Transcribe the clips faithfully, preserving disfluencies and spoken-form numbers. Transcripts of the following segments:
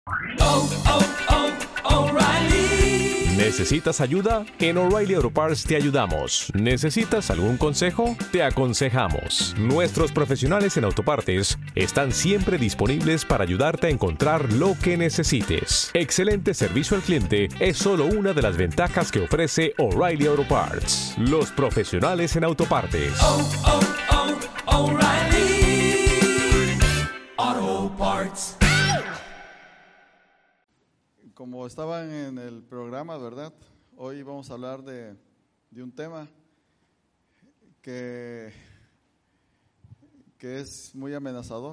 Oh, oh, oh, O'Reilly. ¿Necesitas ayuda? En O'Reilly Auto Parts te ayudamos. ¿Necesitas algún consejo? Te aconsejamos. Nuestros profesionales en autopartes están siempre disponibles para ayudarte a encontrar lo que necesites. Excelente servicio al cliente es solo una de las ventajas que ofrece O'Reilly Auto Parts. Los profesionales en autopartes. Oh, oh, oh, O'Reilly Auto Parts. Como estaban en el programa, ¿verdad? Hoy vamos a hablar de, de un tema que, que es muy amenazador.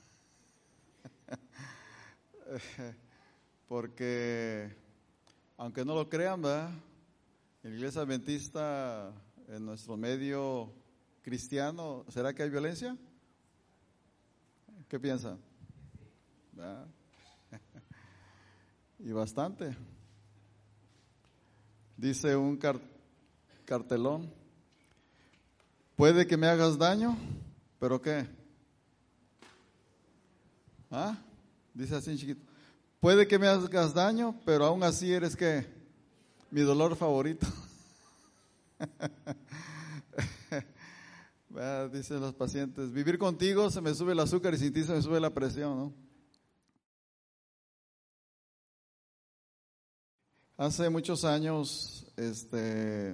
Porque, aunque no lo crean, ¿verdad? En la Iglesia Adventista, en nuestro medio cristiano, ¿será que hay violencia? ¿Qué piensan? ¿Verdad? Y bastante. Dice un car- cartelón: puede que me hagas daño, pero ¿qué? ¿Ah? Dice así en chiquito: puede que me hagas daño, pero aún así eres ¿qué? Mi dolor favorito. Dicen los pacientes: vivir contigo se me sube el azúcar y sin ti se me sube la presión, ¿no? Hace muchos años, este,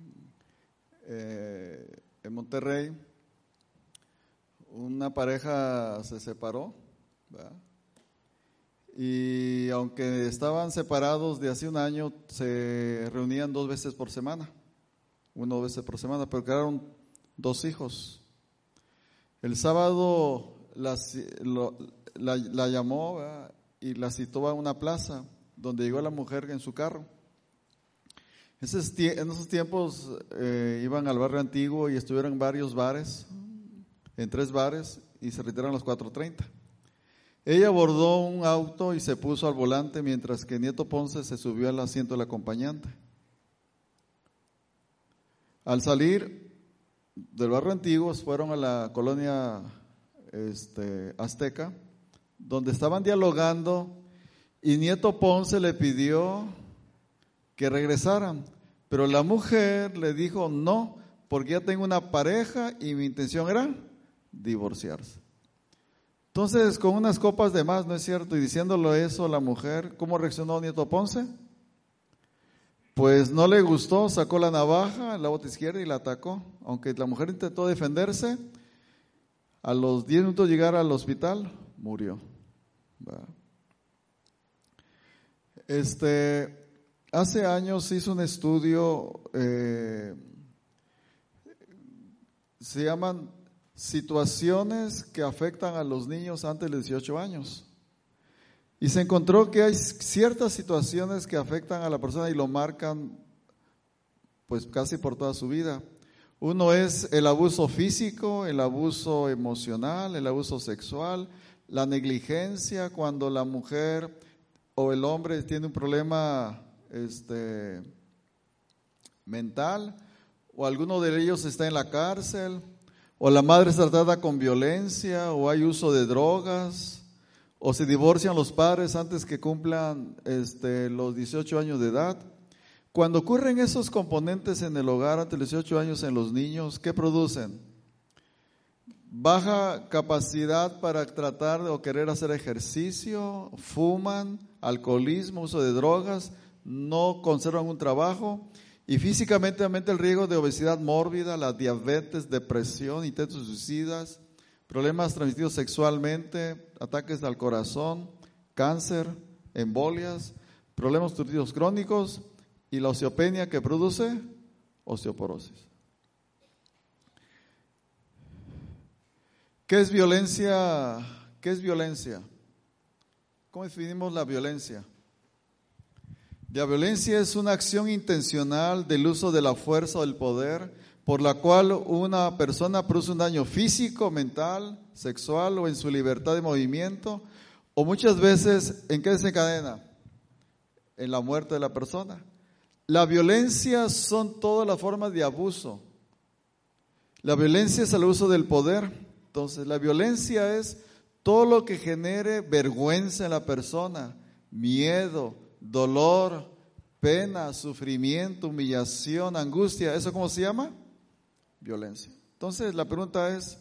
eh, en Monterrey, una pareja se separó, ¿verdad? Y aunque estaban separados de hace un año, se reunían dos veces por semana, una o dos veces por semana, pero crearon dos hijos. El sábado la, lo, la, la llamó, ¿verdad? Y la citó a una plaza, donde llegó la mujer en su carro. Esos tie- en esos tiempos eh, iban al barrio antiguo y estuvieron en varios bares, en tres bares, y se retiraron a las cuatro treinta. Ella abordó un auto y se puso al volante, mientras que Nieto Ponce se subió al asiento del acompañante. Al salir del barrio antiguo, fueron a la colonia este, Azteca, donde estaban dialogando. Y Nieto Ponce le pidió que regresaran, pero la mujer le dijo no, porque ya tengo una pareja y mi intención era divorciarse. Entonces, con unas copas de más, ¿no es cierto? Y diciéndolo eso a la mujer, ¿cómo reaccionó Nieto Ponce? Pues no le gustó, sacó la navaja en la bota izquierda y la atacó. Aunque la mujer intentó defenderse, a los diez minutos de llegar al hospital, murió. ¿Va? Este, hace años se hizo un estudio, eh, se llaman situaciones que afectan a los niños antes de los dieciocho años. Y se encontró que hay ciertas situaciones que afectan a la persona y lo marcan pues casi por toda su vida. Uno es el abuso físico, el abuso emocional, el abuso sexual, la negligencia cuando la mujer o el hombre tiene un problema este, mental, o alguno de ellos está en la cárcel, o la madre es tratada con violencia, o hay uso de drogas, o se divorcian los padres antes que cumplan este, los dieciocho años de edad. Cuando ocurren esos componentes en el hogar antes de los dieciocho años en los niños, ¿qué producen? Baja capacidad para tratar o querer hacer ejercicio, fuman, alcoholismo, uso de drogas, no conservan un trabajo y físicamente aumenta el riesgo de obesidad mórbida, la diabetes, depresión, intentos suicidas, problemas transmitidos sexualmente, ataques al corazón, cáncer, embolias, problemas nutritivos crónicos y la osteopenia que produce osteoporosis. ¿Qué es violencia? ¿Qué es violencia? ¿Cómo definimos la violencia? La violencia es una acción intencional del uso de la fuerza o del poder por la cual una persona produce un daño físico, mental, sexual o en su libertad de movimiento, o muchas veces, ¿en qué desencadena? En la muerte de la persona. La violencia son todas las formas de abuso. La violencia es el uso del poder. Entonces, la violencia es todo lo que genere vergüenza en la persona, miedo, dolor, pena, sufrimiento, humillación, angustia, ¿eso cómo se llama? Violencia. Entonces la pregunta es,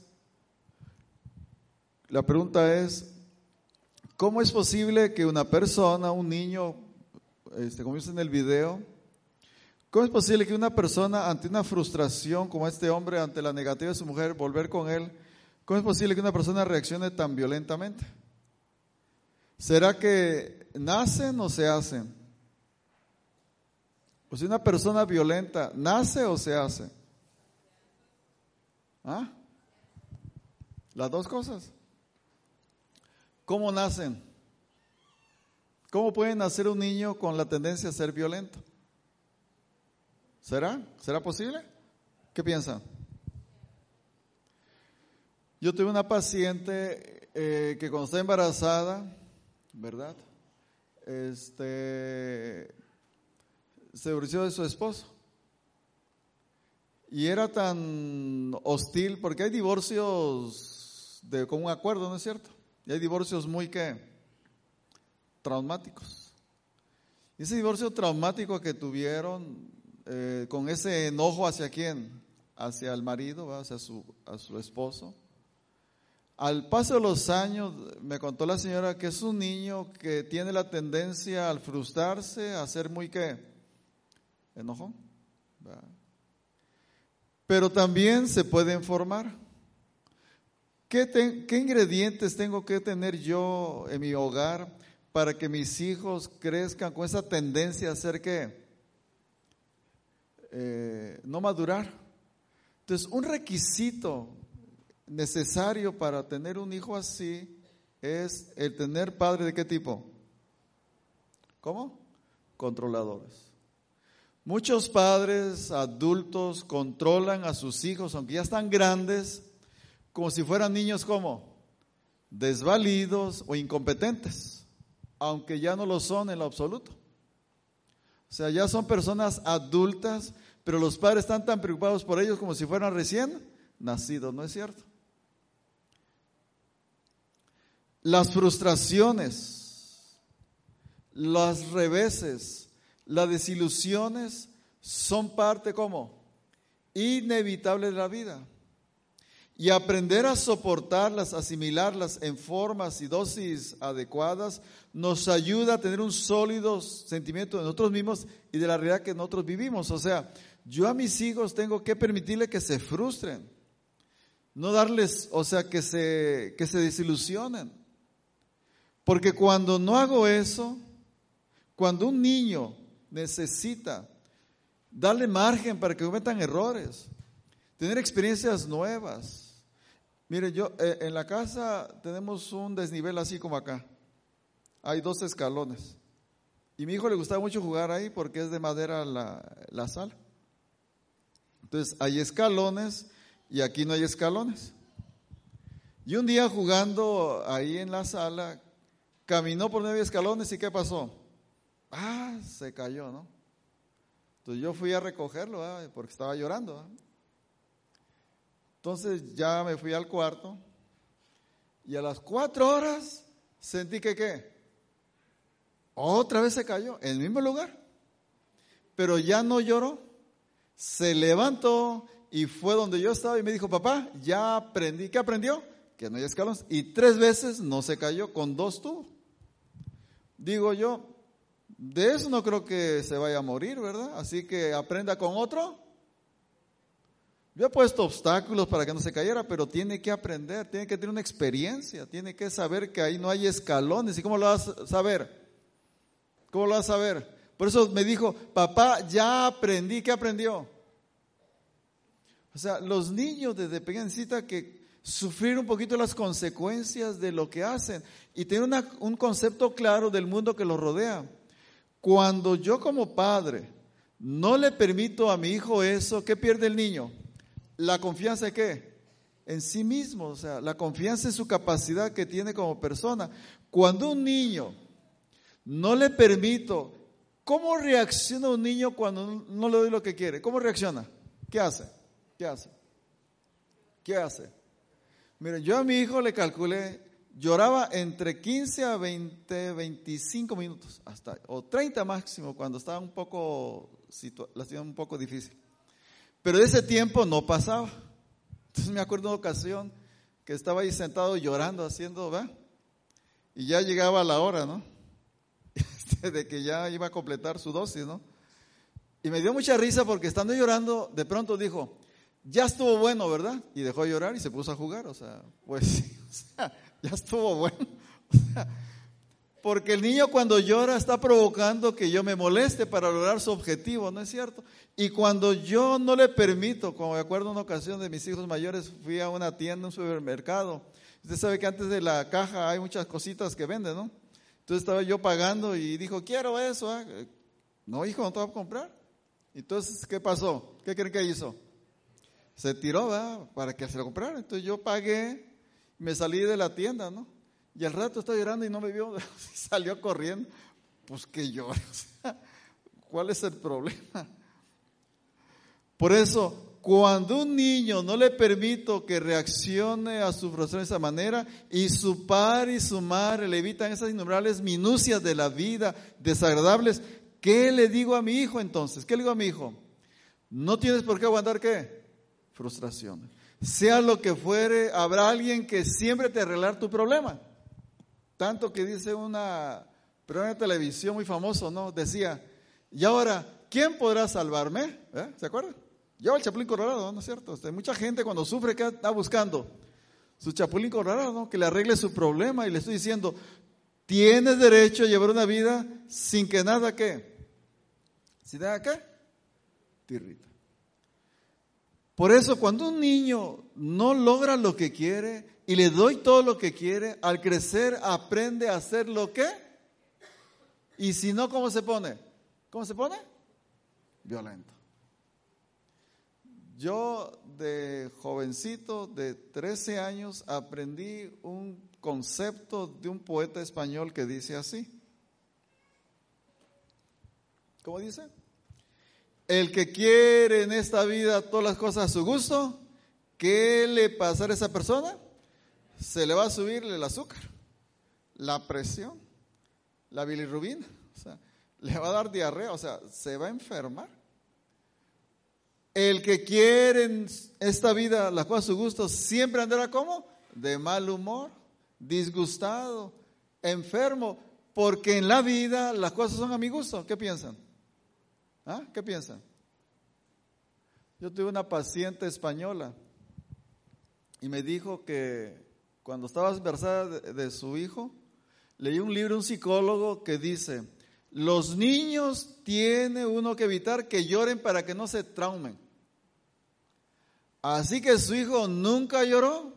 la pregunta es, ¿cómo es posible que una persona, un niño, este, como dice en el video, cómo es posible que una persona ante una frustración como este hombre, ante la negativa de su mujer, volver con él, cómo es posible que una persona reaccione tan violentamente? ¿Será que nacen o se hacen? O si una persona violenta, ¿nace o se hace? ¿Ah? Las dos cosas. ¿Cómo nacen? ¿Cómo puede nacer un niño con la tendencia a ser violento? ¿Será? ¿Será posible? ¿Qué piensan? Yo tuve una paciente eh, que cuando está embarazada, ¿verdad? Este, se divorció de su esposo. Y era tan hostil, porque hay divorcios de con un acuerdo, ¿no es cierto? Y hay divorcios muy, ¿qué? Traumáticos. Y ese divorcio traumático que tuvieron, eh, con ese enojo hacia quién, hacia el marido, ¿verdad? Hacia su, a su esposo. Al paso de los años, me contó la señora que es un niño que tiene la tendencia al frustrarse, a ser muy, ¿qué? Enojón, ¿verdad? Pero también se pueden formar. ¿Qué, te, ¿Qué ingredientes tengo que tener yo en mi hogar para que mis hijos crezcan con esa tendencia a ser qué? Eh, no madurar. Entonces, un requisito necesario para tener un hijo así es el tener padres ¿de qué tipo? ¿Cómo? Controladores. Muchos padres adultos controlan a sus hijos, aunque ya están grandes, como si fueran niños como desvalidos o incompetentes, aunque ya no lo son en lo absoluto. O sea, ya son personas adultas, pero los padres están tan preocupados por ellos como si fueran recién nacidos, ¿no es cierto? Las frustraciones, los reveses, las desilusiones son parte, ¿cómo? Inevitable de la vida. Y aprender a soportarlas, asimilarlas en formas y dosis adecuadas, nos ayuda a tener un sólido sentimiento de nosotros mismos y de la realidad que nosotros vivimos. O sea, yo a mis hijos tengo que permitirles que se frustren, no darles, o sea, que se, que se desilusionen. Porque cuando no hago eso, cuando un niño necesita darle margen para que cometan errores, tener experiencias nuevas. Mire, yo eh, en la casa tenemos un desnivel así como acá. Hay dos escalones. Y a mi hijo le gustaba mucho jugar ahí porque es de madera la, la sala. Entonces hay escalones y aquí no hay escalones. Y un día jugando ahí en la sala, caminó por nueve escalones y ¿qué pasó? Ah, se cayó, ¿no? Entonces yo fui a recogerlo, ¿eh? Porque estaba llorando, ¿eh? Entonces ya me fui al cuarto y a las cuatro horas sentí que ¿qué? Otra vez se cayó en el mismo lugar, pero ya no lloró, se levantó y fue donde yo estaba y me dijo, papá, ya aprendí. ¿Qué aprendió? Que no hay escalones. Y tres veces no se cayó, con dos tuvo. Digo yo, de eso no creo que se vaya a morir, ¿verdad? Así que aprenda con otro. Yo he puesto obstáculos para que no se cayera, pero tiene que aprender, tiene que tener una experiencia, tiene que saber que ahí no hay escalones. ¿Y cómo lo vas a saber? ¿Cómo lo vas a saber? Por eso me dijo, papá, ya aprendí. ¿Qué aprendió? O sea, los niños desde pequeños necesitan que sufrir un poquito las consecuencias de lo que hacen y tener una, un concepto claro del mundo que los rodea. Cuando yo como padre no le permito a mi hijo eso, ¿qué pierde el niño? ¿La confianza de qué? En sí mismo, o sea, la confianza en su capacidad que tiene como persona. Cuando un niño no le permito, ¿cómo reacciona un niño cuando no le doy lo que quiere? ¿Cómo reacciona? ¿Qué hace? ¿Qué hace? ¿Qué hace? Miren, yo a mi hijo le calculé lloraba entre quince a veinte, veinticinco minutos, hasta, o treinta máximo, cuando estaba un poco, la situación un poco difícil. Pero de ese tiempo no pasaba. Entonces me acuerdo de una ocasión que estaba ahí sentado llorando, haciendo, ¿verdad? Y ya llegaba la hora, ¿no? De que ya iba a completar su dosis, ¿no? Y me dio mucha risa porque estando llorando, de pronto dijo, ya estuvo bueno, ¿verdad? Y dejó de llorar y se puso a jugar, o sea, pues sí, o sea, ya estuvo bueno. O sea, porque el niño cuando llora está provocando que yo me moleste para lograr su objetivo, ¿no es cierto? Y cuando yo no le permito, como me acuerdo una ocasión de mis hijos mayores, fui a una tienda, un supermercado. Usted sabe que antes de la caja hay muchas cositas que venden, ¿no? Entonces estaba yo pagando y dijo, quiero eso. ¿eh? No, hijo, no te voy a comprar. Entonces, ¿qué pasó? ¿Qué creen que hizo? Se tiró, ¿verdad? Para que se lo comprara. Entonces yo pagué, me salí de la tienda, ¿no? Y al rato estaba llorando y no me vio, salió corriendo. Pues que llore, o sea, ¿cuál es el problema? Por eso, cuando un niño no le permito que reaccione a su frustración de esa manera, y su padre y su madre le evitan esas innumerables minucias de la vida desagradables, ¿qué le digo a mi hijo entonces? ¿Qué le digo a mi hijo? No tienes por qué aguantar ¿qué? Frustraciones. Sea lo que fuere, habrá alguien que siempre te arreglar tu problema. Tanto que dice una programa de televisión muy famoso, ¿no? Decía, y ahora, ¿quién podrá salvarme? ¿Eh? ¿Se acuerdan? Yo el Chapulín Colorado, ¿no es cierto? Este, mucha gente cuando sufre, ¿qué está buscando? Su Chapulín Colorado, ¿no? Que le arregle su problema. Y le estoy diciendo, tienes derecho a llevar una vida sin que nada, ¿qué? ¿Sin nada qué? Te irrita. Por eso, cuando un niño no logra lo que quiere y le doy todo lo que quiere, al crecer aprende a hacer lo que, y si no, ¿cómo se pone? ¿Cómo se pone? Violento. Yo de jovencito, de trece años, aprendí un concepto de un poeta español que dice así. ¿Cómo dice? El que quiere en esta vida todas las cosas a su gusto, ¿qué le pasará a esa persona? Se le va a subir el azúcar, la presión, la bilirrubina, o sea, le va a dar diarrea, o sea, se va a enfermar. El que quiere en esta vida las cosas a su gusto, siempre andará ¿cómo? De mal humor, disgustado, enfermo, porque en la vida las cosas son a mi gusto. ¿Qué piensan? ¿Ah? ¿Qué piensan? Yo tuve una paciente española y me dijo que cuando estaba embarazada de, de su hijo, leí un libro de un psicólogo que dice, los niños tiene uno que evitar que lloren para que no se traumen. Así que su hijo nunca lloró.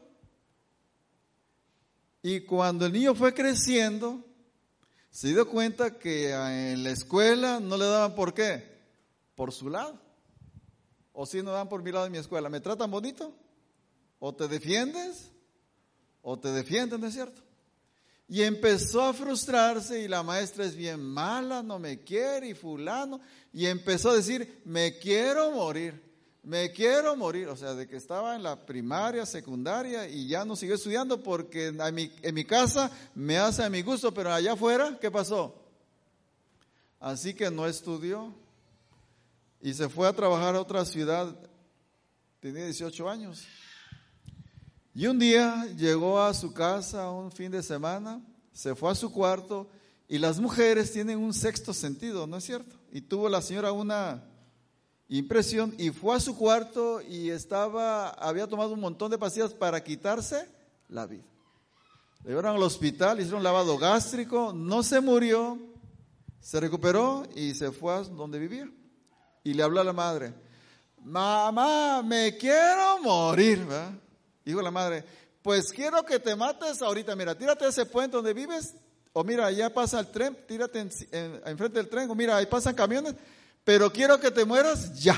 Y cuando el niño fue creciendo, se dio cuenta que en la escuela no le daban por qué. Por su lado. O si no dan por mi lado en mi escuela. ¿Me tratan bonito? ¿O te defiendes? ¿O te defienden, no es cierto? Y empezó a frustrarse y la maestra es bien mala, no me quiere y fulano. Y empezó a decir, me quiero morir, me quiero morir. O sea, de que estaba en la primaria, secundaria y ya no siguió estudiando porque en mi, en mi casa me hace a mi gusto, pero allá afuera, ¿qué pasó? Así que no estudió. Y se fue a trabajar a otra ciudad, tenía dieciocho años. Y un día llegó a su casa un fin de semana, se fue a su cuarto y las mujeres tienen un sexto sentido, ¿no es cierto? Y tuvo la señora una impresión y fue a su cuarto y estaba, había tomado un montón de pastillas para quitarse la vida. Le llevaron al hospital, hicieron un lavado gástrico, no se murió, se recuperó y se fue a donde vivía. Y le habló a la madre, mamá, me quiero morir, ¿verdad? Dijo la madre, pues quiero que te mates ahorita, mira, tírate a ese puente donde vives, o mira, allá pasa el tren, tírate en, en, enfrente del tren, o mira, ahí pasan camiones, pero quiero que te mueras ya.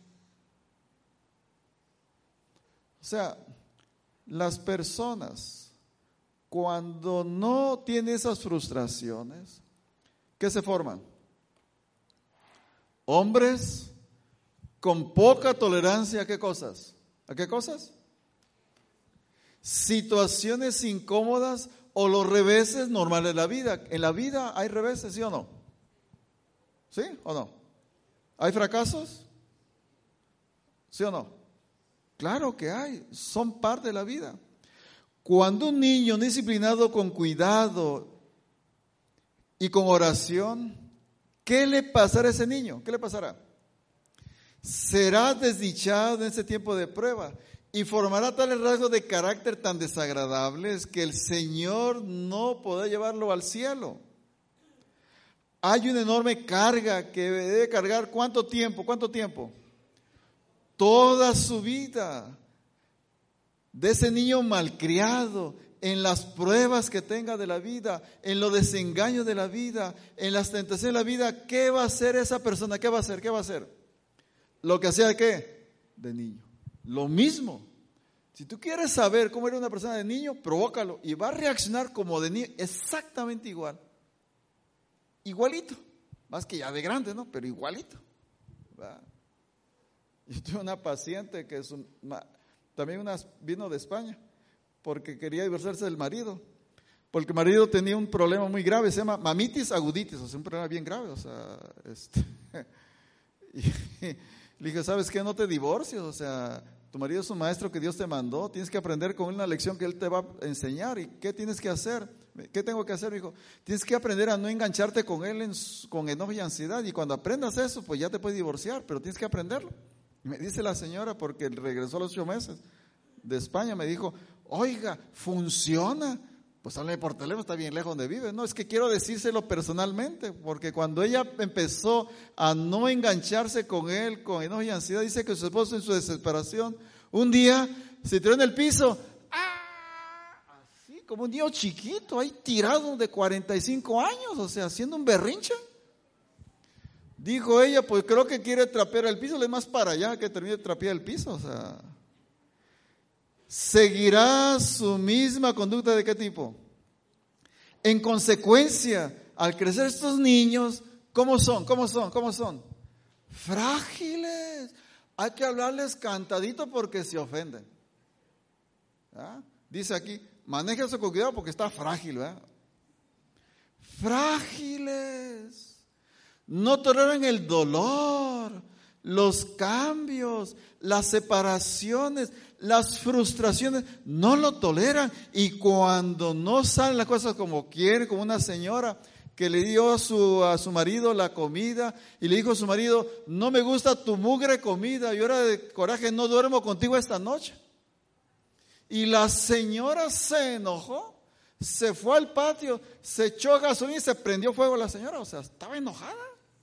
O sea, las personas, cuando no tienen esas frustraciones, ¿qué se forman? Hombres con poca tolerancia, ¿a qué cosas? ¿A qué cosas? Situaciones incómodas o los reveses normales de la vida. En la vida hay reveses, ¿sí o no? ¿Sí o no? ¿Hay fracasos? ¿Sí o no? Claro que hay, son parte de la vida. Cuando un niño no es disciplinado con cuidado y con oración, ¿qué le pasará a ese niño? ¿Qué le pasará? Será desdichado en ese tiempo de prueba y formará tales rasgos de carácter tan desagradables que el Señor no podrá llevarlo al cielo. Hay una enorme carga que debe cargar. ¿Cuánto tiempo? ¿Cuánto tiempo? Toda su vida. De ese niño malcriado, en las pruebas que tenga de la vida, en los desengaños de la vida, en las tentaciones de la vida, ¿qué va a hacer esa persona? ¿Qué va a hacer? ¿Qué va a hacer? Lo que hacía de qué? De niño. Lo mismo. Si tú quieres saber cómo era una persona de niño, provócalo y va a reaccionar como de niño, exactamente igual. Igualito. Más que ya de grande, ¿no? Pero igualito. ¿Va? Yo tuve una paciente que es un, también una, vino de España porque quería divorciarse del marido. Porque el marido tenía un problema muy grave, se llama mamitis aguditis, o sea, un problema bien grave. O sea, este, y le dije, ¿sabes qué? No te divorcies, o sea, tu marido es un maestro que Dios te mandó, tienes que aprender con él una lección que él te va a enseñar. ¿Y qué tienes que hacer? ¿Qué tengo que hacer? Me dijo, tienes que aprender a no engancharte con él en, con enojo y ansiedad, y cuando aprendas eso, pues ya te puedes divorciar, pero tienes que aprenderlo. Y me dice la señora, porque regresó a los ocho meses de España, me dijo, oiga, ¿funciona? Pues háblame por teléfono, está bien lejos donde vive. No, es que quiero decírselo personalmente, porque cuando ella empezó a no engancharse con él, con enojo y ansiedad, dice que su esposo en su desesperación, un día se tiró en el piso, ¡ah! Así como un niño chiquito, ahí tirado de cuarenta y cinco años, o sea, haciendo un berrinche. Dijo ella, pues creo que quiere trapear el piso, le más para allá que termine de trapear el piso, o sea... ¿Seguirá su misma conducta de qué tipo? En consecuencia, al crecer estos niños, ¿cómo son? ¿Cómo son? ¿Cómo son? Frágiles. Hay que hablarles cantadito porque se ofenden. ¿Ah? Dice aquí, manéjese con cuidado porque está frágil, ¿verdad? Frágiles. No toleran el dolor, los cambios, las separaciones, las frustraciones, no lo toleran. Y cuando no salen las cosas como quieren, como una señora que le dio a su, a su marido la comida y le dijo a su marido, no me gusta tu mugre comida, y ahora de coraje no duermo contigo esta noche. Y la señora se enojó, se fue al patio, se echó gasolina y se prendió fuego a la señora, o sea, estaba enojada.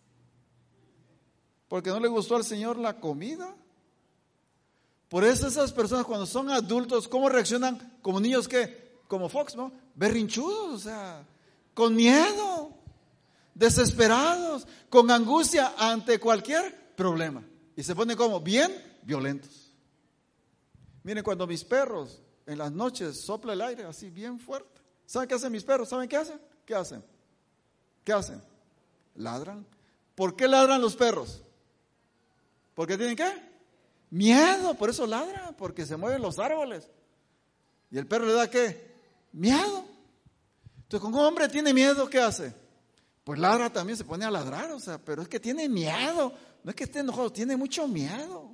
Porque no le gustó al Señor la comida. Por eso esas personas cuando son adultos, ¿cómo reaccionan? Como niños que, como Fox, ¿no? Berrinchudos, o sea, con miedo, desesperados, con angustia ante cualquier problema. Y se ponen como bien violentos. Miren, cuando mis perros en las noches sopla el aire así bien fuerte. ¿Saben qué hacen mis perros? ¿Saben qué hacen? ¿Qué hacen? ¿Qué hacen? Ladran. ¿Por qué ladran los perros? ¿Por qué tienen qué? Miedo, por eso ladran, porque se mueven los árboles. ¿Y el perro le da qué? Miedo. Entonces, cuando un hombre tiene miedo, ¿qué hace? Pues ladra también, se pone a ladrar, o sea, pero es que tiene miedo. No es que esté enojado, tiene mucho miedo.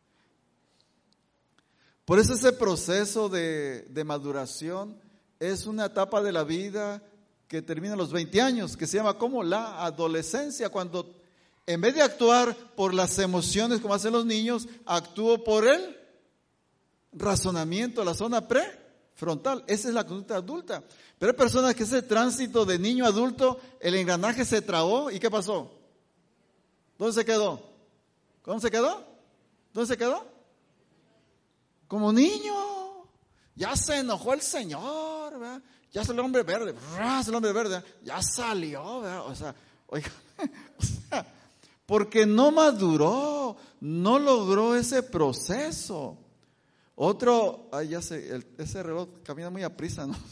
Por eso ese proceso de, de maduración es una etapa de la vida que termina a los veinte años, que se llama como la adolescencia, cuando en vez de actuar por las emociones como hacen los niños, actúo por el razonamiento, la zona prefrontal. Esa es la conducta adulta. Pero hay personas que ese tránsito de niño a adulto, el engranaje se trabó y ¿qué pasó? ¿Dónde se quedó? ¿Dónde se quedó? ¿Dónde se quedó? Como niño. Ya se enojó el Señor, ¿verdad? Ya es el hombre verde, es el hombre verde, ya salió, ¿verdad? O sea, oiga, o sea, porque no maduró, no logró ese proceso. Otro, ay, ya sé, el, ese reloj camina muy aprisa, ¿no?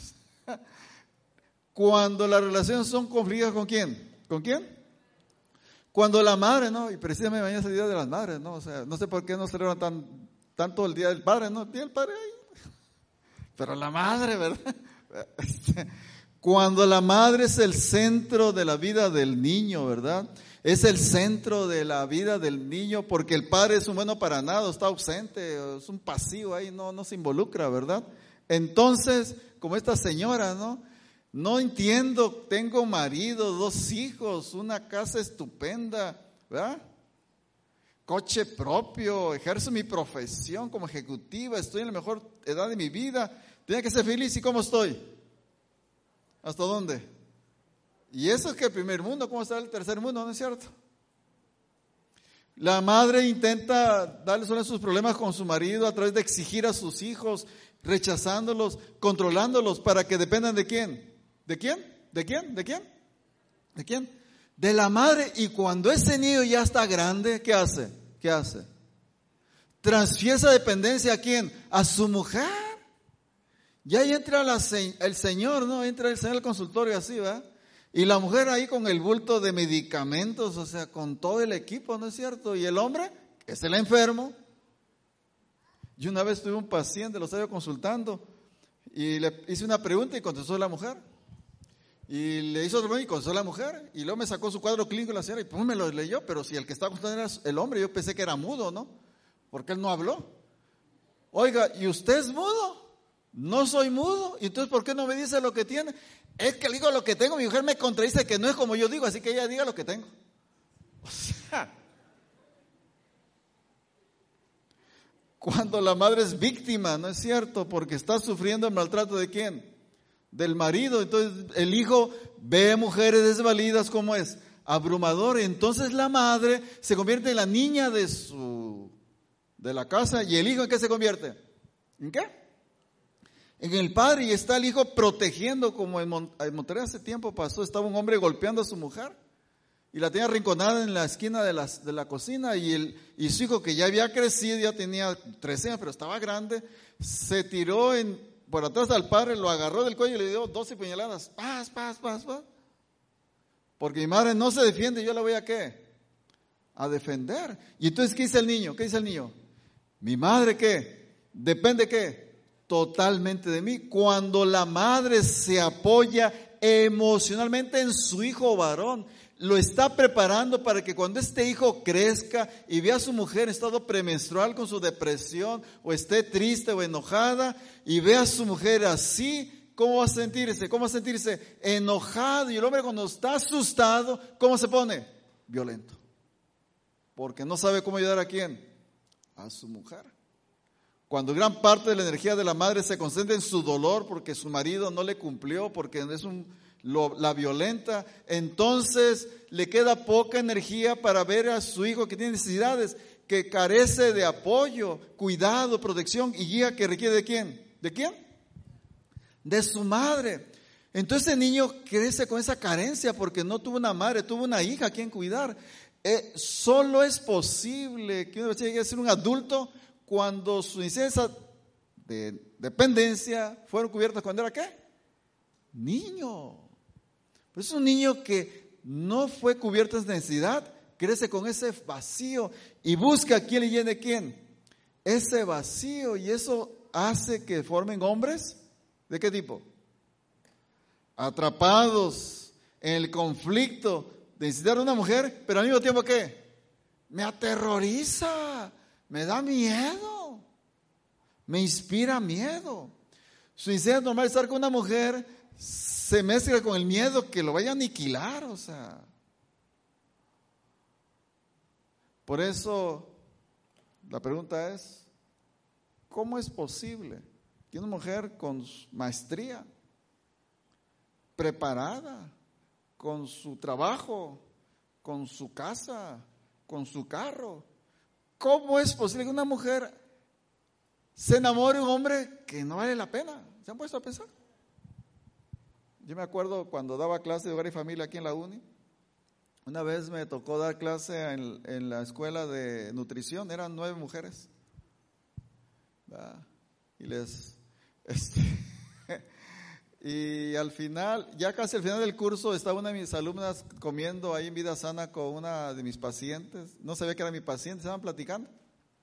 Cuando las relaciones son conflictivas, ¿con quién? ¿Con quién? Cuando la madre, ¿no? Y precisamente mañana es el Día de las Madres, ¿no? O sea, no sé por qué no celebran tan, tanto el Día del Padre, ¿no? El Día del Padre, ay. Pero la madre, ¿verdad? Cuando la madre es el centro de la vida del niño, ¿verdad? Es el centro de la vida del niño porque el padre es un bueno para nada, está ausente, es un pasivo ahí, no, no se involucra, ¿verdad? Entonces, como esta señora, ¿no? No entiendo, tengo marido, dos hijos, una casa estupenda, ¿verdad? Coche propio, ejerzo mi profesión como ejecutiva, estoy en la mejor edad de mi vida, tenía que ser feliz. ¿Y cómo estoy? ¿Hasta dónde? Y eso es que el primer mundo, ¿cómo está el tercer mundo? ¿No es cierto? La madre intenta darle solución a sus problemas con su marido a través de exigir a sus hijos, rechazándolos, controlándolos para que dependan de quién. ¿De quién? ¿De quién? ¿De quién? ¿De quién? De la madre. Y cuando ese niño ya está grande, ¿qué hace? ¿Qué hace? Transfiere esa dependencia a quién? A su mujer. Ya ahí entra la, el señor, ¿no? Entra el señor al consultorio así, ¿verdad? Y la mujer ahí con el bulto de medicamentos, o sea, con todo el equipo, ¿no es cierto? Y el hombre, que es el enfermo. Yo una vez tuve un paciente, lo estaba consultando, y le hice una pregunta y contestó la mujer. Y le hizo otro y contestó la mujer. Y luego me sacó su cuadro clínico la señora y pum, me lo leyó. Pero si el que estaba contestando era el hombre, yo pensé que era mudo, ¿no? Porque él no habló. Oiga, ¿y usted es mudo? No soy mudo. ¿Y entonces por qué no me dice lo que tiene? Es que le digo lo que tengo. Mi mujer me contradice que no es como yo digo, así que ella diga lo que tengo. O sea, cuando la madre es víctima, ¿no es cierto? Porque está sufriendo el maltrato de quién? Del marido. Entonces el hijo ve mujeres desvalidas, ¿cómo es? Abrumador. Entonces la madre se convierte en la niña de su de la casa. ¿Y el hijo en qué se convierte? ¿En qué? En el padre. Y está el hijo protegiendo, como en, Mon- en Monterrey hace tiempo pasó, estaba un hombre golpeando a su mujer y la tenía arrinconada en la esquina de, las, de la cocina, y, el, y su hijo, que ya había crecido, ya tenía trece años, pero estaba grande, se tiró en, por atrás al padre, lo agarró del cuello y le dio doce puñaladas. Paz, paz, paz, paz. Porque mi madre no se defiende, yo la voy a ¿qué? A defender. Y entonces, ¿qué dice el niño? ¿Qué dice el niño? Mi madre, ¿qué? Depende, ¿qué? Totalmente de mí. Cuando la madre se apoya emocionalmente en su hijo varón, lo está preparando para que cuando este hijo crezca y vea a su mujer en estado premenstrual con su depresión, o esté triste o enojada, y vea a su mujer así, ¿cómo va a sentirse? ¿Cómo va a sentirse? Enojado. Y el hombre, cuando está asustado, ¿cómo se pone? Violento. Porque no sabe cómo ayudar a quién, a su mujer. Cuando gran parte de la energía de la madre se concentra en su dolor porque su marido no le cumplió, porque es un, lo, la violenta, entonces le queda poca energía para ver a su hijo que tiene necesidades, que carece de apoyo, cuidado, protección y guía, que requiere ¿de quién? ¿De quién? De su madre. Entonces el niño crece con esa carencia porque no tuvo una madre, tuvo una hija a quien cuidar. Eh, solo es posible que uno llegue a ser un adulto cuando su necesidad de dependencia fueron cubiertas cuando era ¿qué? Niño. Pues es un niño que no fue cubierto de necesidad, crece con ese vacío y busca a quién le llene quién. Ese vacío, y eso hace que formen hombres ¿de qué tipo? Atrapados en el conflicto de necesitar una mujer, pero al mismo tiempo ¿qué? Me aterroriza. Me da miedo, me inspira miedo. Su necesidad normal de estar con una mujer se mezcla con el miedo que lo vaya a aniquilar, o sea. Por eso la pregunta es, ¿cómo es posible que una mujer con maestría, preparada, con su trabajo, con su casa, con su carro, ¿cómo es posible que una mujer se enamore de un hombre que no vale la pena? ¿Se han puesto a pensar? Yo me acuerdo cuando daba clase de hogar y familia aquí en la uni, una vez me tocó dar clase en, en la escuela de nutrición, eran nueve mujeres. ¿Verdad? Y les... Este, y al final, ya casi al final del curso, estaba una de mis alumnas comiendo ahí en Vida Sana con una de mis pacientes. No sabía que era mi paciente, estaban platicando.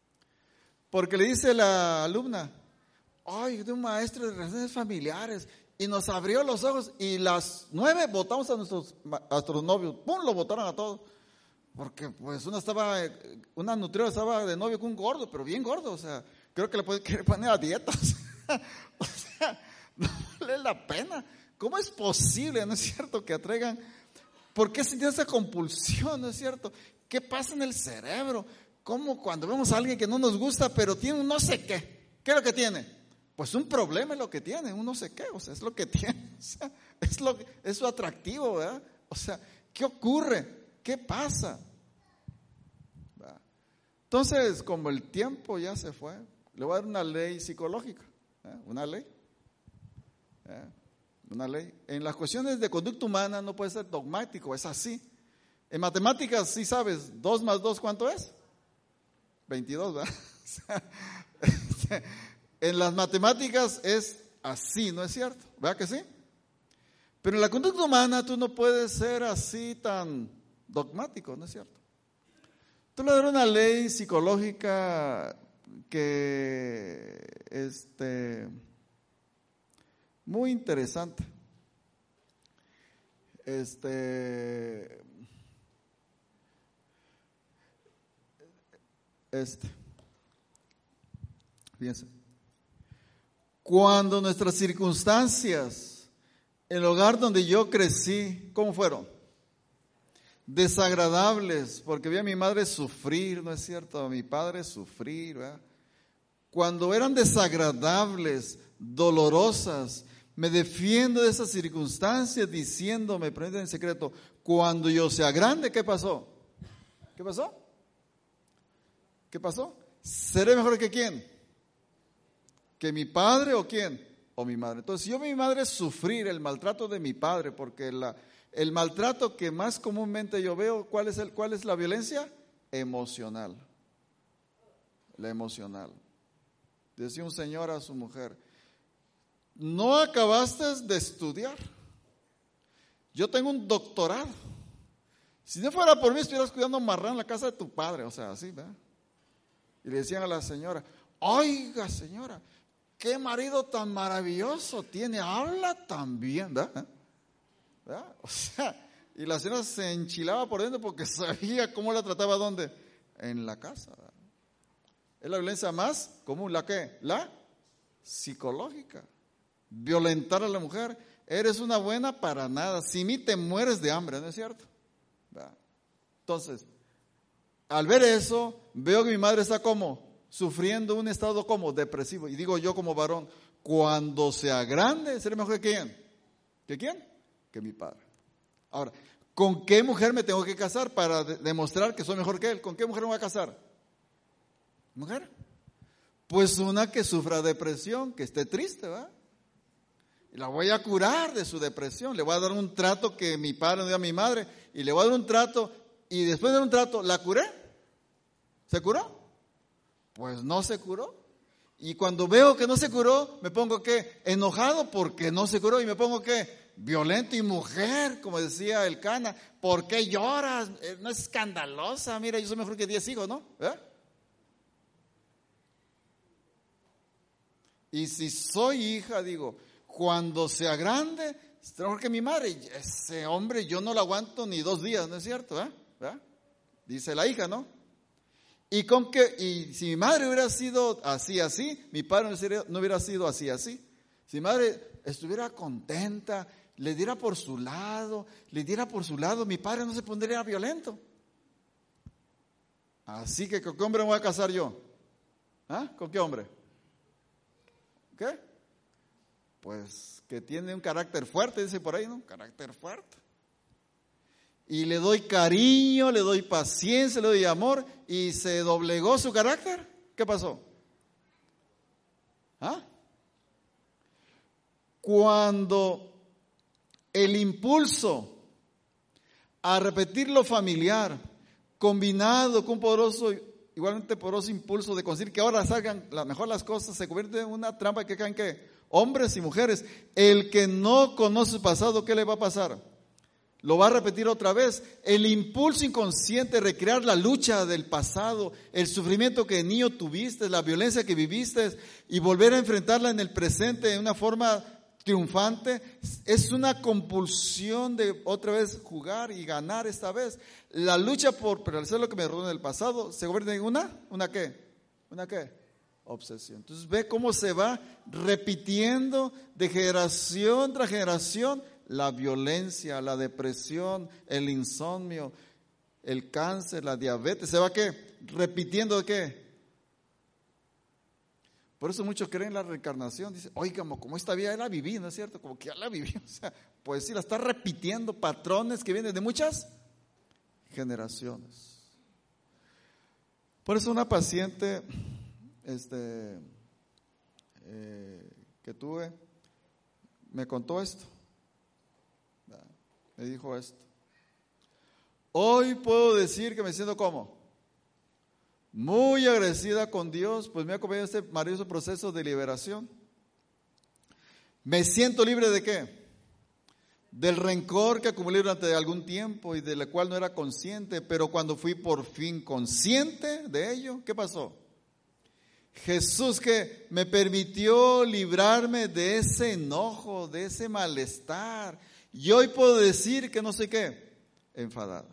Porque le dice la alumna, ay, de un maestro de relaciones familiares, y nos abrió los ojos y las nueve votamos a nuestros, a nuestros novios. ¡Pum! Lo votaron a todos. Porque pues una estaba, una nutrióloga estaba de novio con un gordo, pero bien gordo, o sea, creo que le puede querer poner a dieta. O sea, o sea, no vale la pena. ¿Cómo es posible, no es cierto, que atraigan? ¿Por qué sentir esa compulsión, no es cierto? ¿Qué pasa en el cerebro? ¿Cómo cuando vemos a alguien que no nos gusta, pero tiene un no sé qué? ¿Qué es lo que tiene? Pues un problema es lo que tiene, un no sé qué, o sea, es lo que tiene, o sea, es, lo, es su atractivo, ¿verdad? O sea, ¿qué ocurre? ¿Qué pasa? Entonces, como el tiempo ya se fue, le voy a dar una ley psicológica, ¿eh? Una ley, ¿eh? Una ley. En las cuestiones de conducta humana no puede ser dogmático, es así. En matemáticas, sí sabes, dos más dos, ¿cuánto es? veintidós, ¿verdad? O sea, este, en las matemáticas es así, ¿no es cierto? ¿Verdad que sí? Pero en la conducta humana tú no puedes ser así tan dogmático, ¿no es cierto? Tú le das una ley psicológica que, este, muy interesante. Este, este, fíjense, cuando nuestras circunstancias, el hogar donde yo crecí, ¿cómo fueron? Desagradables, porque vi a mi madre sufrir, ¿no es cierto? A mi padre sufrir, ¿verdad? Cuando eran desagradables, dolorosas, me defiendo de esas circunstancias diciéndome, permítanme en secreto, cuando yo sea grande, ¿qué pasó? ¿Qué pasó? ¿Qué pasó? ¿Seré mejor que quién? ¿Que mi padre o quién? O mi madre. Entonces, si yo vi a mi madre sufrir el maltrato de mi padre, porque la El maltrato que más comúnmente yo veo, ¿cuál es, el, ¿cuál es la violencia? Emocional. La emocional. Decía un señor a su mujer, no acabaste de estudiar. Yo tengo un doctorado. Si no fuera por mí, estuvieras cuidando marrán en la casa de tu padre. O sea, así, ¿verdad? Y le decían a la señora, oiga señora, qué marido tan maravilloso tiene, habla tan bien, ¿verdad? ¿Verdad? O sea, y la señora se enchilaba por dentro porque sabía cómo la trataba, ¿dónde? En la casa, ¿verdad? Es la violencia más común, ¿la qué? La psicológica. Violentar a la mujer, eres una buena para nada, sin mí te mueres de hambre, ¿no es cierto? ¿Verdad? Entonces, al ver eso, veo que mi madre está como sufriendo un estado como depresivo, y digo yo como varón, cuando sea grande, ¿seré mejor que quién? ¿Que quién? Que mi padre. Ahora, ¿con qué mujer me tengo que casar para de- demostrar que soy mejor que él? ¿Con qué mujer me voy a casar? ¿Mujer? Pues una que sufra depresión, que esté triste, ¿verdad? Y la voy a curar de su depresión, le voy a dar un trato que mi padre no dio a mi madre, y le voy a dar un trato, y después de dar un trato, ¿la curé? ¿Se curó? Pues no se curó. Y cuando veo que no se curó, me pongo ¿qué? Enojado porque no se curó, y me pongo ¿qué? Violento y mujer, como decía el Cana, ¿por qué lloras? Eh, No es escandalosa, mira, yo soy mejor que diez hijos, ¿no? ¿Eh? Y si soy hija, digo, cuando sea grande, será mejor que mi madre. Ese hombre yo no lo aguanto ni dos días, ¿no es cierto? ¿Eh? ¿Verdad? Dice la hija, ¿no? Y con que, y si mi madre hubiera sido así, así, mi padre no, sería, no hubiera sido así, así. Si mi madre estuviera contenta, le diera por su lado, le diera por su lado, mi padre no se pondría violento. Así que, ¿con qué hombre me voy a casar yo? ¿Ah? ¿Con qué hombre? ¿Qué? Pues que tiene un carácter fuerte, dice por ahí, ¿no? Carácter fuerte. Y le doy cariño, le doy paciencia, le doy amor, y se doblegó su carácter. ¿Qué pasó? ¿Ah? Cuando el impulso a repetir lo familiar, combinado con un poderoso, igualmente poderoso impulso de conseguir que ahora salgan la, mejor las cosas, se convierte en una trampa que caen ¿qué? Hombres y mujeres. El que no conoce su pasado, ¿qué le va a pasar? Lo va a repetir otra vez. El impulso inconsciente de recrear la lucha del pasado, el sufrimiento que de niño tuviste, la violencia que viviste, y volver a enfrentarla en el presente de una forma triunfante, es una compulsión de otra vez jugar y ganar esta vez. La lucha por prevalecer lo que me robó en el pasado se convierte en una, ¿una qué? ¿Una qué? Obsesión. Entonces ve cómo se va repitiendo de generación tras generación la violencia, la depresión, el insomnio, el cáncer, la diabetes. ¿Se va qué? Repitiendo de qué? Por eso muchos creen en la reencarnación. Dicen, oiga, como esta vida ya la viví, ¿no es cierto? Como que ya la viví. O sea, pues sí, la está repitiendo, patrones que vienen de muchas generaciones. Por eso una paciente este, eh, que tuve me contó esto. Me dijo esto. Hoy puedo decir que me siento como muy agradecida con Dios, pues me ha acompañado este maravilloso proceso de liberación. Me siento libre de qué? Del rencor que acumulé durante algún tiempo y del cual no era consciente, pero cuando fui por fin consciente de ello, ¿qué pasó? Jesús que me permitió librarme de ese enojo, de ese malestar. Y hoy puedo decir que no sé qué, enfadada.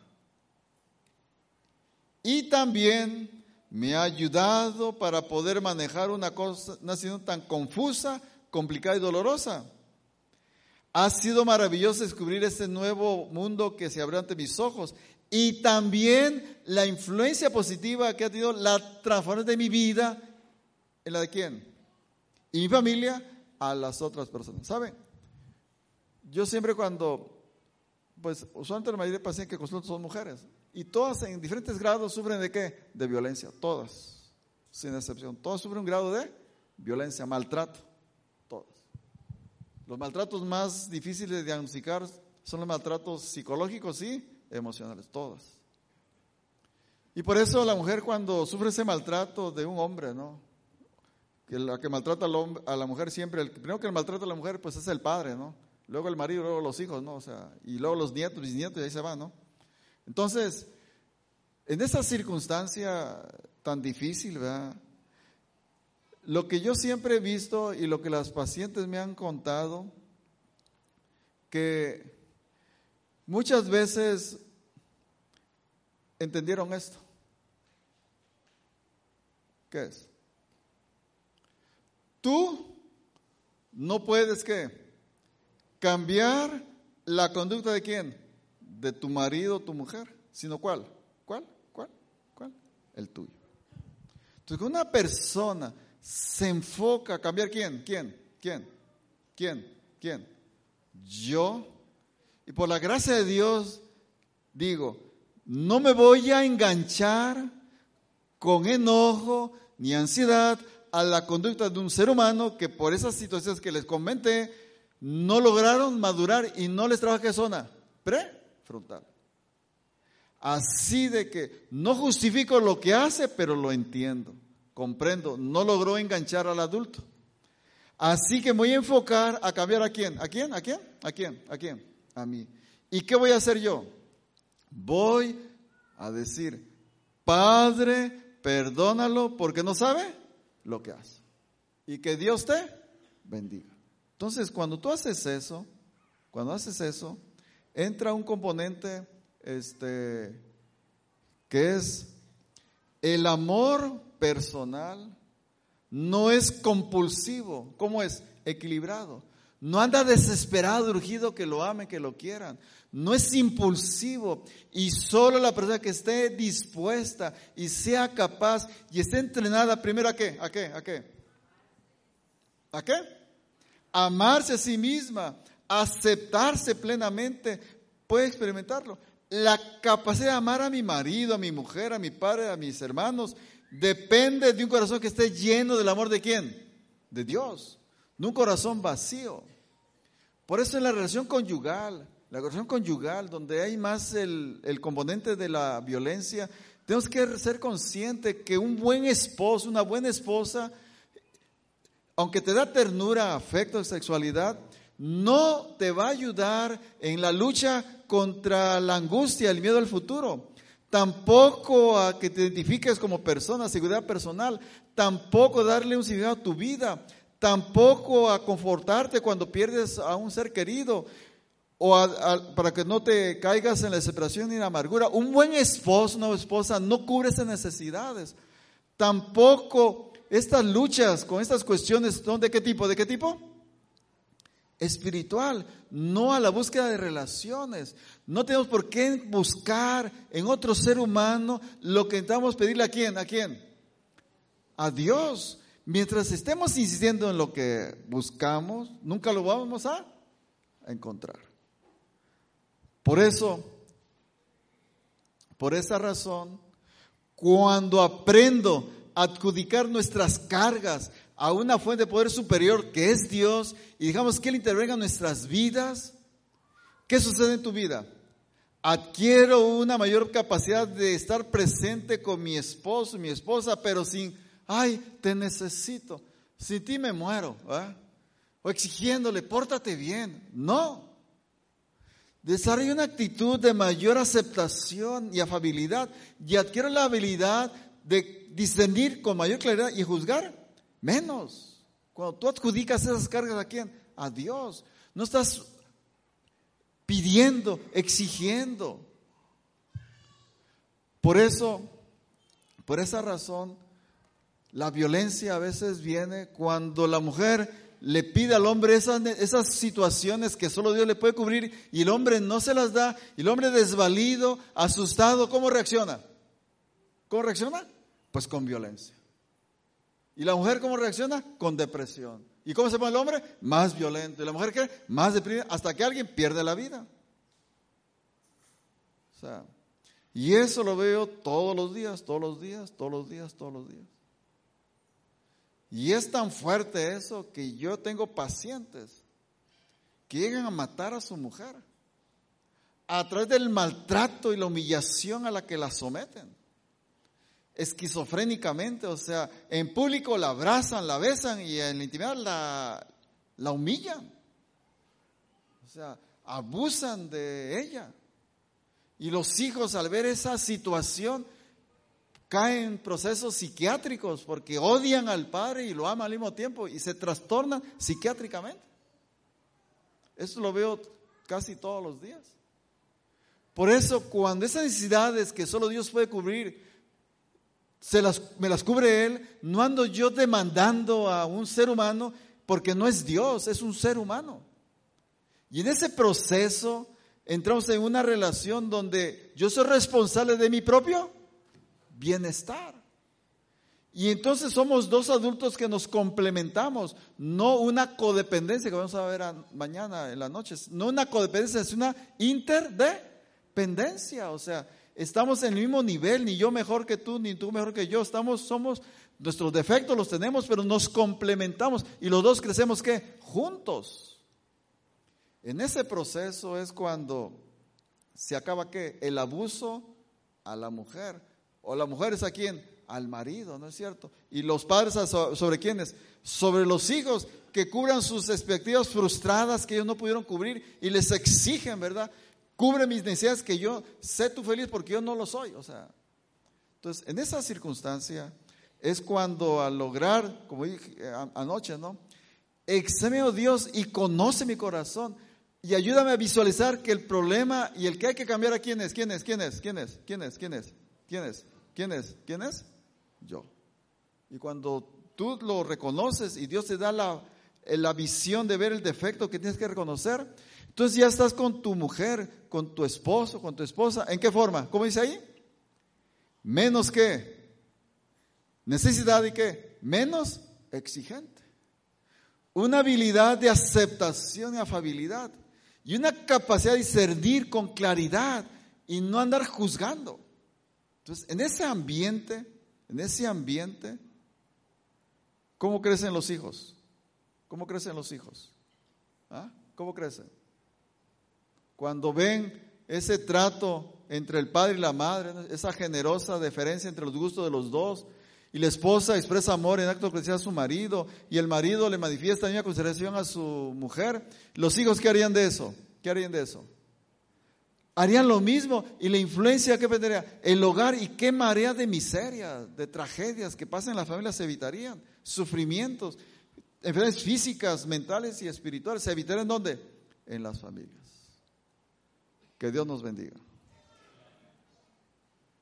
Y también me ha ayudado para poder manejar una cosa, una situación tan confusa, complicada y dolorosa. Ha sido maravilloso descubrir este nuevo mundo que se abrió ante mis ojos. Y también la influencia positiva que ha tenido la transformación de mi vida, ¿en la de quién? Y mi familia, a las otras personas. ¿Saben? Yo siempre cuando, pues usualmente la mayoría de pacientes que consulto son mujeres. Y todas en diferentes grados sufren de qué? De violencia, todas, sin excepción. Todas sufren un grado de violencia, maltrato, todas. Los maltratos más difíciles de diagnosticar son los maltratos psicológicos y emocionales, todas. Y por eso la mujer cuando sufre ese maltrato de un hombre, ¿no? Que la que maltrata a la mujer siempre, el primero que maltrata a la mujer pues es el padre, ¿no? Luego el marido, luego los hijos, ¿no? O sea, y luego los nietos, bisnietos y ahí se va, ¿no? Entonces, en esa circunstancia tan difícil, ¿verdad? Lo que yo siempre he visto y lo que las pacientes me han contado, que muchas veces entendieron esto. ¿Qué es? Tú no puedes, ¿qué? Cambiar la conducta de quién, de tu marido o tu mujer, sino ¿cuál? ¿Cuál? ¿Cuál? ¿Cuál? El tuyo. Entonces, cuando una persona se enfoca a cambiar ¿quién? ¿Quién? ¿Quién? ¿Quién? ¿Quién? Yo. Y por la gracia de Dios, digo, no me voy a enganchar con enojo ni ansiedad a la conducta de un ser humano que por esas situaciones que les comenté, no lograron madurar y no les trabaja zona prefrontal. Así de que no justifico lo que hace, pero lo entiendo, comprendo, no logró enganchar al adulto. Así que me voy a enfocar a cambiar a quién, a quién, a quién, a quién, a quién, a mí. ¿Y qué voy a hacer yo? Voy a decir, Padre, perdónalo porque no sabe lo que hace. Y que Dios te bendiga. Entonces, cuando tú haces eso, cuando haces eso, entra un componente este, que es el amor personal. No es compulsivo. ¿Cómo es? Equilibrado. No anda desesperado, urgido que lo amen, que lo quieran. No es impulsivo. Y solo la persona que esté dispuesta y sea capaz y esté entrenada primero ¿a qué? ¿A qué? ¿A qué? ¿A qué? Amarse a sí misma, aceptarse plenamente, puede experimentarlo. La capacidad de amar a mi marido, a mi mujer, a mi padre, a mis hermanos, depende de un corazón que esté lleno del amor de ¿quién? De Dios, de un corazón vacío. Por eso en la relación conyugal, la relación conyugal, donde hay más el, el componente de la violencia, tenemos que ser conscientes que un buen esposo, una buena esposa, aunque te da ternura, afecto, sexualidad, no te va a ayudar en la lucha contra la angustia, el miedo al futuro. Tampoco a que te identifiques como persona, seguridad personal. Tampoco darle un significado a tu vida. tampoco a confortarte cuando pierdes a un ser querido, o a, a, para que no te caigas en la desesperación y la amargura. Un buen esposo, una esposa, no cubre esas necesidades. Tampoco estas luchas con estas cuestiones son de qué tipo, ¿de qué tipo? Espiritual, no a la búsqueda de relaciones. No tenemos por qué buscar en otro ser humano lo que intentamos pedirle a quién, a quién, a Dios. Mientras estemos insistiendo en lo que buscamos, nunca lo vamos a encontrar. Por eso, por esa razón, cuando aprendo a adjudicar nuestras cargas a una fuente de poder superior que es Dios y dejamos que Él intervenga en nuestras vidas, ¿qué sucede en tu vida? Adquiero una mayor capacidad de estar presente con mi esposo y mi esposa, pero sin, ay, te necesito, sin ti me muero, ¿verdad? O exigiéndole, pórtate bien. No. Desarrollo una actitud de mayor aceptación y afabilidad y adquiero la habilidad de discernir con mayor claridad y juzgar menos. Cuando tú adjudicas esas cargas, ¿a quién? A Dios. No estás pidiendo, exigiendo. Por eso, por esa razón, la violencia a veces viene cuando la mujer le pide al hombre esas, esas situaciones que solo Dios le puede cubrir y el hombre no se las da, y el hombre desvalido, asustado, ¿cómo reacciona? ¿Cómo reacciona? Pues con violencia. ¿Y la mujer cómo reacciona? Con depresión. ¿Y cómo se pone el hombre? Más violento. ¿Y la mujer qué? Más deprimida, hasta que alguien pierde la vida. O sea, y eso lo veo todos los días, todos los días, todos los días, todos los días. Y es tan fuerte eso que yo tengo pacientes que llegan a matar a su mujer a través del maltrato y la humillación a la que la someten. Esquizofrénicamente, o sea, en público la abrazan, la besan y en la intimidad la, la humillan. O sea, abusan de ella. Y los hijos al ver esa situación caen en procesos psiquiátricos porque odian al padre y lo aman al mismo tiempo y se trastornan psiquiátricamente. Eso lo veo casi todos los días. Por eso, cuando esas necesidades que solo Dios puede cubrir, se las, me las cubre Él, no ando yo demandando a un ser humano porque no es Dios, es un ser humano. Y en ese proceso entramos en una relación donde yo soy responsable de mi propio bienestar. Y entonces somos dos adultos que nos complementamos, no una codependencia que vamos a ver a, mañana en la noche, no una codependencia, es una interdependencia. O sea, estamos en el mismo nivel, ni yo mejor que tú, ni tú mejor que yo, estamos, somos, nuestros defectos los tenemos, pero nos complementamos y los dos crecemos, ¿qué? Juntos. En ese proceso es cuando se acaba, ¿qué? El abuso a la mujer. O la mujer es a quién, al marido, ¿no es cierto? Y los padres sobre quiénes, sobre los hijos que cubran sus expectativas frustradas que ellos no pudieron cubrir y les exigen, ¿verdad? Cubre mis necesidades que yo sé tú feliz porque yo no lo soy. O sea, entonces en esa circunstancia es cuando al lograr, como dije anoche, ¿no? Examino a Dios y conoce mi corazón y ayúdame a visualizar que el problema y el que hay que cambiar a quién es, quién es, quién es, quién es, quién es, quién es, quién es. ¿Quién es? ¿Quién es? Yo. Y cuando tú lo reconoces y Dios te da la, la visión de ver el defecto que tienes que reconocer, entonces ya estás con tu mujer, con tu esposo, con tu esposa. ¿En qué forma? ¿Cómo dice ahí? Menos qué. Necesidad y qué. Menos exigente. Una habilidad de aceptación y afabilidad. Y una capacidad de discernir con claridad y no andar juzgando. Entonces, en ese ambiente, en ese ambiente, ¿cómo crecen los hijos? ¿Cómo crecen los hijos? ¿Ah? ¿Cómo crecen? Cuando ven ese trato entre el padre y la madre, ¿no? Esa generosa deferencia entre los gustos de los dos, y la esposa expresa amor en acto de cortesía a su marido, y el marido le manifiesta una consideración a su mujer, ¿los hijos qué harían de eso? ¿Qué harían de eso? Harían lo mismo, y la influencia que tendría el hogar, y qué marea de miseria, de tragedias que pasan en las familias se evitarían, sufrimientos. enfermedades físicas, mentales y espirituales se evitarán ¿en dónde? En las familias. Que Dios nos bendiga.